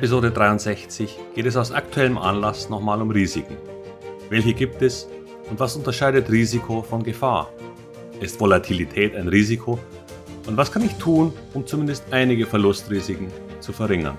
Episode 63 geht es aus aktuellem Anlass nochmal um Risiken. Welche gibt es und was unterscheidet Risiko von Gefahr? Ist Volatilität ein Risiko? Und was kann ich tun, um zumindest einige Verlustrisiken zu verringern?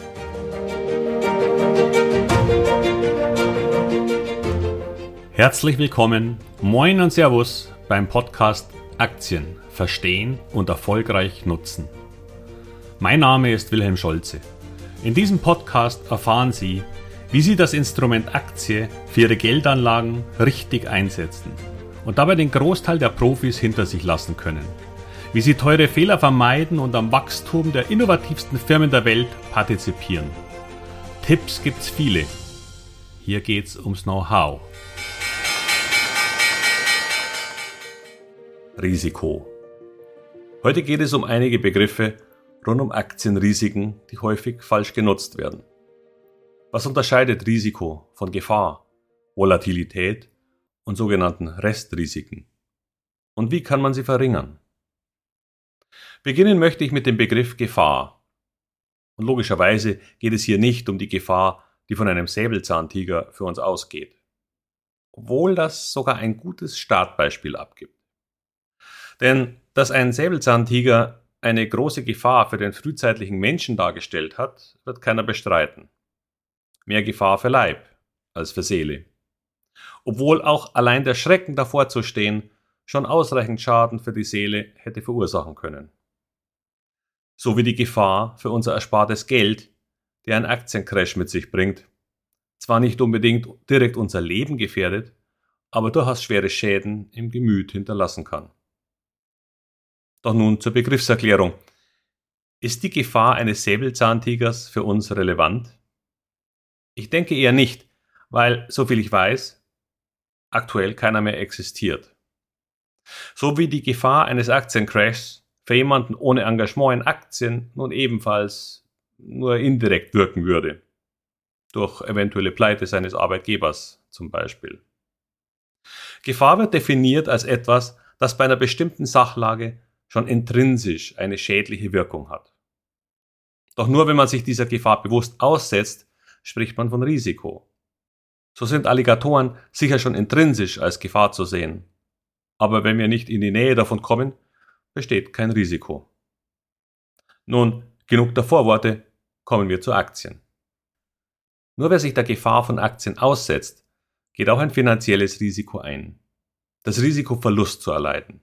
Herzlich willkommen, moin und Servus beim Podcast Aktien verstehen und erfolgreich nutzen. Mein Name ist Wilhelm Scholze. In diesem Podcast erfahren Sie, wie Sie das Instrument Aktie für Ihre Geldanlagen richtig einsetzen und dabei den Großteil der Profis hinter sich lassen können. Wie Sie teure Fehler vermeiden und am Wachstum der innovativsten Firmen der Welt partizipieren. Tipps gibt's viele. Hier geht's ums Know-how. Risiko. Heute geht es um einige Begriffe rund um Aktienrisiken, die häufig falsch genutzt werden. Was unterscheidet Risiko von Gefahr, Volatilität und sogenannten Restrisiken? Und wie kann man sie verringern? Beginnen möchte ich mit dem Begriff Gefahr. Und logischerweise geht es hier nicht um die Gefahr, die von einem Säbelzahntiger für uns ausgeht. Obwohl das sogar ein gutes Startbeispiel abgibt. Denn dass ein Säbelzahntiger eine große Gefahr für den frühzeitlichen Menschen dargestellt hat, wird keiner bestreiten. Mehr Gefahr für Leib als für Seele. Obwohl auch allein der Schrecken davor zu stehen schon ausreichend Schaden für die Seele hätte verursachen können. So wie die Gefahr für unser erspartes Geld, die ein Aktiencrash mit sich bringt, zwar nicht unbedingt direkt unser Leben gefährdet, aber durchaus schwere Schäden im Gemüt hinterlassen kann. Doch nun zur Begriffserklärung. Ist die Gefahr eines Säbelzahntigers für uns relevant? Ich denke eher nicht, weil, soviel ich weiß, aktuell keiner mehr existiert. So wie die Gefahr eines Aktiencrashs für jemanden ohne Engagement in Aktien nun ebenfalls nur indirekt wirken würde. Durch eventuelle Pleite seines Arbeitgebers zum Beispiel. Gefahr wird definiert als etwas, das bei einer bestimmten Sachlage schon intrinsisch eine schädliche Wirkung hat. Doch nur wenn man sich dieser Gefahr bewusst aussetzt, spricht man von Risiko. So sind Alligatoren sicher schon intrinsisch als Gefahr zu sehen. Aber wenn wir nicht in die Nähe davon kommen, besteht kein Risiko. Nun, genug der Vorworte, kommen wir zu Aktien. Nur wer sich der Gefahr von Aktien aussetzt, geht auch ein finanzielles Risiko ein. Das Risiko, Verlust zu erleiden.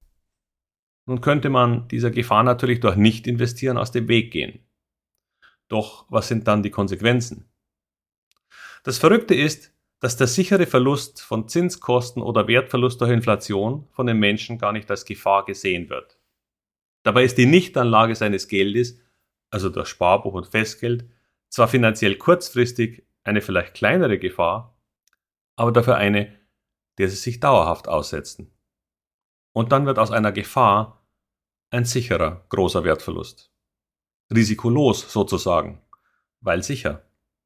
Nun könnte man dieser Gefahr natürlich durch Nicht-Investieren aus dem Weg gehen. Doch was sind dann die Konsequenzen? Das Verrückte ist, dass der sichere Verlust von Zinskosten oder Wertverlust durch Inflation von den Menschen gar nicht als Gefahr gesehen wird. Dabei ist die Nichtanlage seines Geldes, also durch Sparbuch und Festgeld, zwar finanziell kurzfristig eine vielleicht kleinere Gefahr, aber dafür eine, der sie sich dauerhaft aussetzen. Und dann wird aus einer Gefahr ein sicherer, großer Wertverlust. Risikolos sozusagen, weil sicher.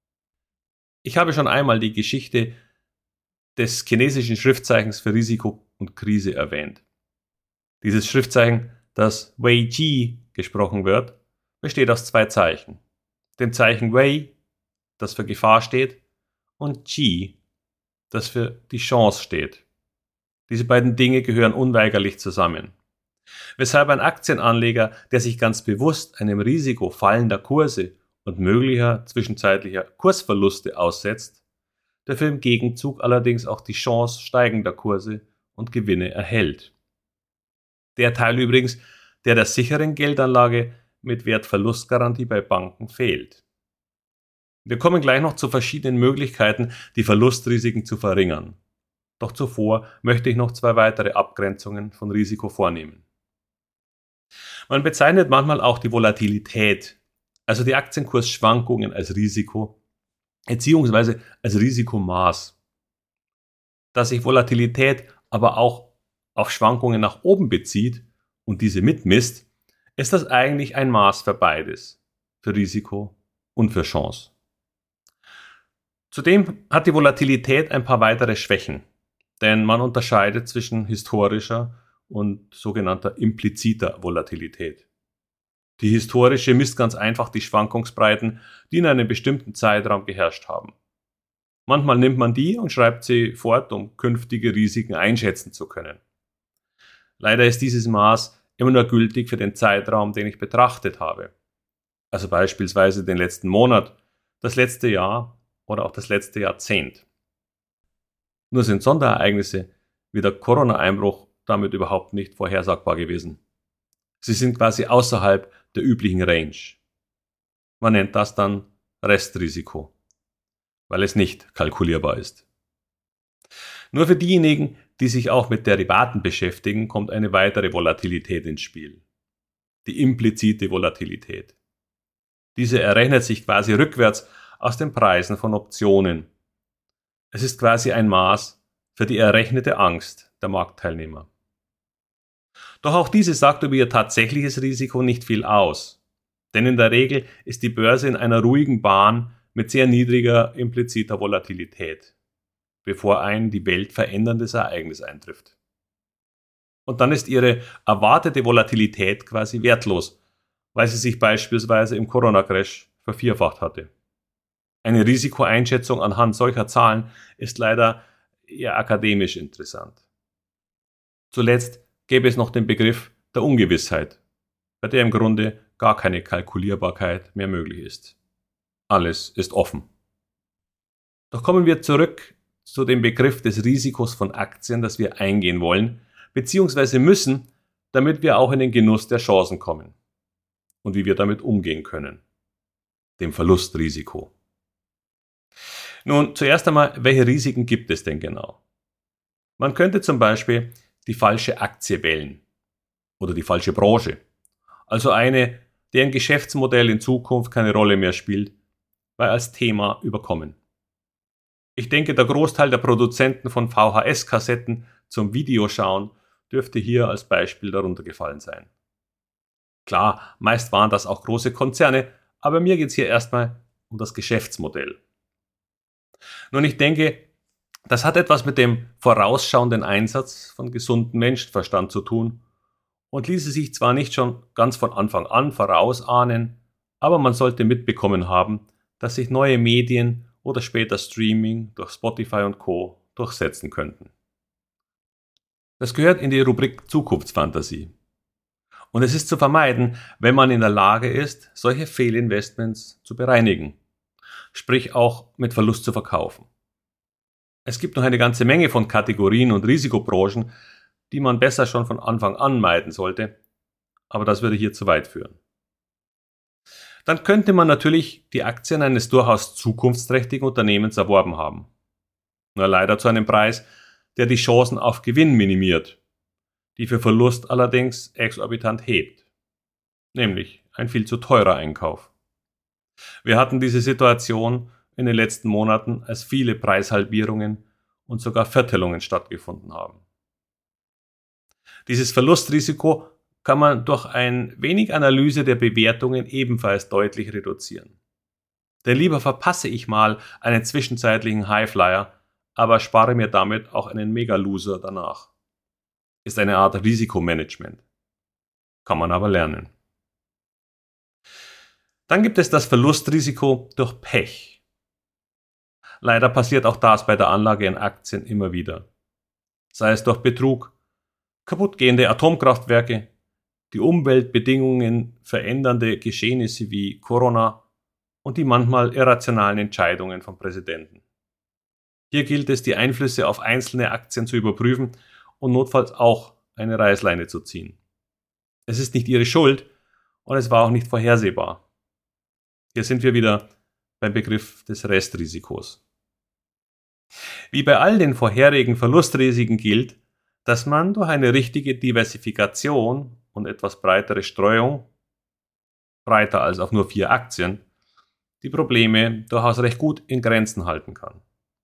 Ich habe schon einmal die Geschichte des chinesischen Schriftzeichens für Risiko und Krise erwähnt. Dieses Schriftzeichen, das Wei Ji gesprochen wird, besteht aus zwei Zeichen. Dem Zeichen Wei, das für Gefahr steht, und Ji, das für die Chance steht. Diese beiden Dinge gehören unweigerlich zusammen. Weshalb ein Aktienanleger, der sich ganz bewusst einem Risiko fallender Kurse und möglicher zwischenzeitlicher Kursverluste aussetzt, dafür im Gegenzug allerdings auch die Chance steigender Kurse und Gewinne erhält. Der Teil übrigens, der sicheren Geldanlage mit Wertverlustgarantie bei Banken fehlt. Wir kommen gleich noch zu verschiedenen Möglichkeiten, die Verlustrisiken zu verringern. Doch zuvor möchte ich noch zwei weitere Abgrenzungen von Risiko vornehmen. Man bezeichnet manchmal auch die Volatilität, also die Aktienkursschwankungen als Risiko, beziehungsweise als Risikomaß. Da sich Volatilität aber auch auf Schwankungen nach oben bezieht und diese mitmisst, ist das eigentlich ein Maß für beides, für Risiko und für Chance. Zudem hat die Volatilität ein paar weitere Schwächen. Denn man unterscheidet zwischen historischer und sogenannter impliziter Volatilität. Die historische misst ganz einfach die Schwankungsbreiten, die in einem bestimmten Zeitraum geherrscht haben. Manchmal nimmt man die und schreibt sie fort, um künftige Risiken einschätzen zu können. Leider ist dieses Maß immer nur gültig für den Zeitraum, den ich betrachtet habe. Also beispielsweise den letzten Monat, das letzte Jahr oder auch das letzte Jahrzehnt. Nur sind Sonderereignisse wie der Corona-Einbruch damit überhaupt nicht vorhersagbar gewesen. Sie sind quasi außerhalb der üblichen Range. Man nennt das dann Restrisiko, weil es nicht kalkulierbar ist. Nur für diejenigen, die sich auch mit Derivaten beschäftigen, kommt eine weitere Volatilität ins Spiel. Die implizite Volatilität. Diese errechnet sich quasi rückwärts aus den Preisen von Optionen. Es ist quasi ein Maß für die errechnete Angst der Marktteilnehmer. Doch auch diese sagt über ihr tatsächliches Risiko nicht viel aus. Denn in der Regel ist die Börse in einer ruhigen Bahn mit sehr niedriger impliziter Volatilität, bevor ein die Welt veränderndes Ereignis eintrifft. Und dann ist ihre erwartete Volatilität quasi wertlos, weil sie sich beispielsweise im Corona-Crash vervierfacht hatte. Eine Risikoeinschätzung anhand solcher Zahlen ist leider eher akademisch interessant. Zuletzt gäbe es noch den Begriff der Ungewissheit, bei der im Grunde gar keine Kalkulierbarkeit mehr möglich ist. Alles ist offen. Doch kommen wir zurück zu dem Begriff des Risikos von Aktien, das wir eingehen wollen, beziehungsweise müssen, damit wir auch in den Genuss der Chancen kommen und wie wir damit umgehen können, dem Verlustrisiko. Nun, zuerst einmal, welche Risiken gibt es denn genau? Man könnte zum Beispiel die falsche Aktie wählen oder die falsche Branche, also eine, deren Geschäftsmodell in Zukunft keine Rolle mehr spielt, weil als Thema überkommen. Ich denke, der Großteil der Produzenten von VHS-Kassetten zum Videoschauen dürfte hier als Beispiel darunter gefallen sein. Klar, meist waren das auch große Konzerne, aber mir geht es hier erstmal um das Geschäftsmodell. Nun, ich denke, das hat etwas mit dem vorausschauenden Einsatz von gesundem Menschenverstand zu tun und ließe sich zwar nicht schon ganz von Anfang an vorausahnen, aber man sollte mitbekommen haben, dass sich neue Medien oder später Streaming durch Spotify und Co. durchsetzen könnten. Das gehört in die Rubrik Zukunftsfantasie. Und es ist zu vermeiden, wenn man in der Lage ist, solche Fehlinvestments zu bereinigen, sprich auch mit Verlust zu verkaufen. Es gibt noch eine ganze Menge von Kategorien und Risikobranchen, die man besser schon von Anfang an meiden sollte, aber das würde hier zu weit führen. Dann könnte man natürlich die Aktien eines durchaus zukunftsträchtigen Unternehmens erworben haben. Nur leider zu einem Preis, der die Chancen auf Gewinn minimiert, die für Verlust allerdings exorbitant hebt. Nämlich ein viel zu teurer Einkauf. Wir hatten diese Situation in den letzten Monaten, als viele Preishalbierungen und sogar Vertellungen stattgefunden haben. Dieses Verlustrisiko kann man durch ein wenig Analyse der Bewertungen ebenfalls deutlich reduzieren. Denn lieber verpasse ich mal einen zwischenzeitlichen Highflyer, aber spare mir damit auch einen Mega-Loser danach. Ist eine Art Risikomanagement. Kann man aber lernen. Dann gibt es das Verlustrisiko durch Pech. Leider passiert auch das bei der Anlage in Aktien immer wieder. Sei es durch Betrug, kaputtgehende Atomkraftwerke, die Umweltbedingungen verändernde Geschehnisse wie Corona und die manchmal irrationalen Entscheidungen von Präsidenten. Hier gilt es, die Einflüsse auf einzelne Aktien zu überprüfen und notfalls auch eine Reißleine zu ziehen. Es ist nicht ihre Schuld und es war auch nicht vorhersehbar. Hier sind wir wieder beim Begriff des Restrisikos. Wie bei all den vorherigen Verlustrisiken gilt, dass man durch eine richtige Diversifikation und etwas breitere Streuung, breiter als auf nur 4 Aktien, die Probleme durchaus recht gut in Grenzen halten kann.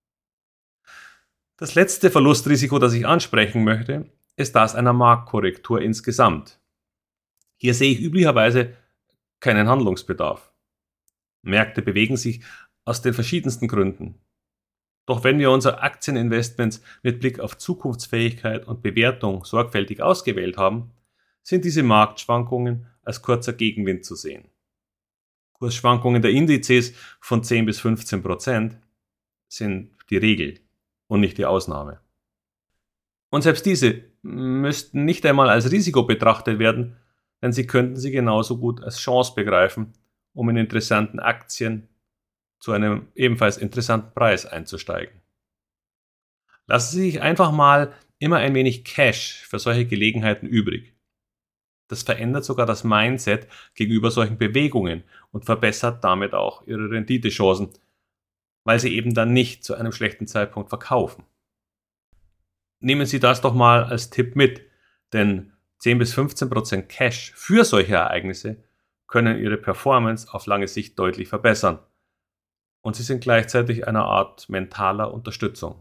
Das letzte Verlustrisiko, das ich ansprechen möchte, ist das einer Marktkorrektur insgesamt. Hier sehe ich üblicherweise keinen Handlungsbedarf. Märkte bewegen sich aus den verschiedensten Gründen. Doch wenn wir unsere Aktieninvestments mit Blick auf Zukunftsfähigkeit und Bewertung sorgfältig ausgewählt haben, sind diese Marktschwankungen als kurzer Gegenwind zu sehen. Kursschwankungen der Indizes von 10 bis 15% sind die Regel und nicht die Ausnahme. Und selbst diese müssten nicht einmal als Risiko betrachtet werden, denn sie könnten sie genauso gut als Chance begreifen, um in interessanten Aktien zu einem ebenfalls interessanten Preis einzusteigen. Lassen Sie sich einfach mal immer ein wenig Cash für solche Gelegenheiten übrig. Das verändert sogar das Mindset gegenüber solchen Bewegungen und verbessert damit auch Ihre Renditechancen, weil Sie eben dann nicht zu einem schlechten Zeitpunkt verkaufen. Nehmen Sie das doch mal als Tipp mit, denn 10 bis 15% Cash für solche Ereignisse können Ihre Performance auf lange Sicht deutlich verbessern und sie sind gleichzeitig eine Art mentaler Unterstützung.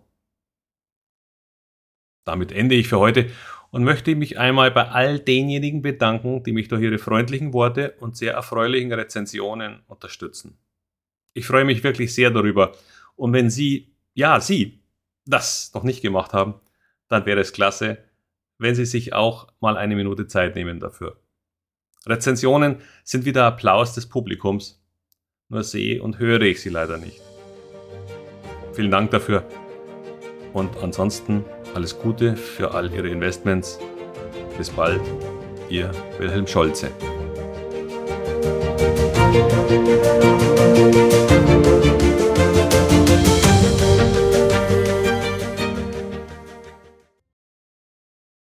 Damit ende ich für heute und möchte mich einmal bei all denjenigen bedanken, die mich durch ihre freundlichen Worte und sehr erfreulichen Rezensionen unterstützen. Ich freue mich wirklich sehr darüber und wenn Sie das noch nicht gemacht haben, dann wäre es klasse, wenn Sie sich auch mal eine Minute Zeit nehmen dafür. Rezensionen sind wie der Applaus des Publikums, nur sehe und höre ich sie leider nicht. Vielen Dank dafür und ansonsten alles Gute für all Ihre Investments. Bis bald, Ihr Wilhelm Scholze.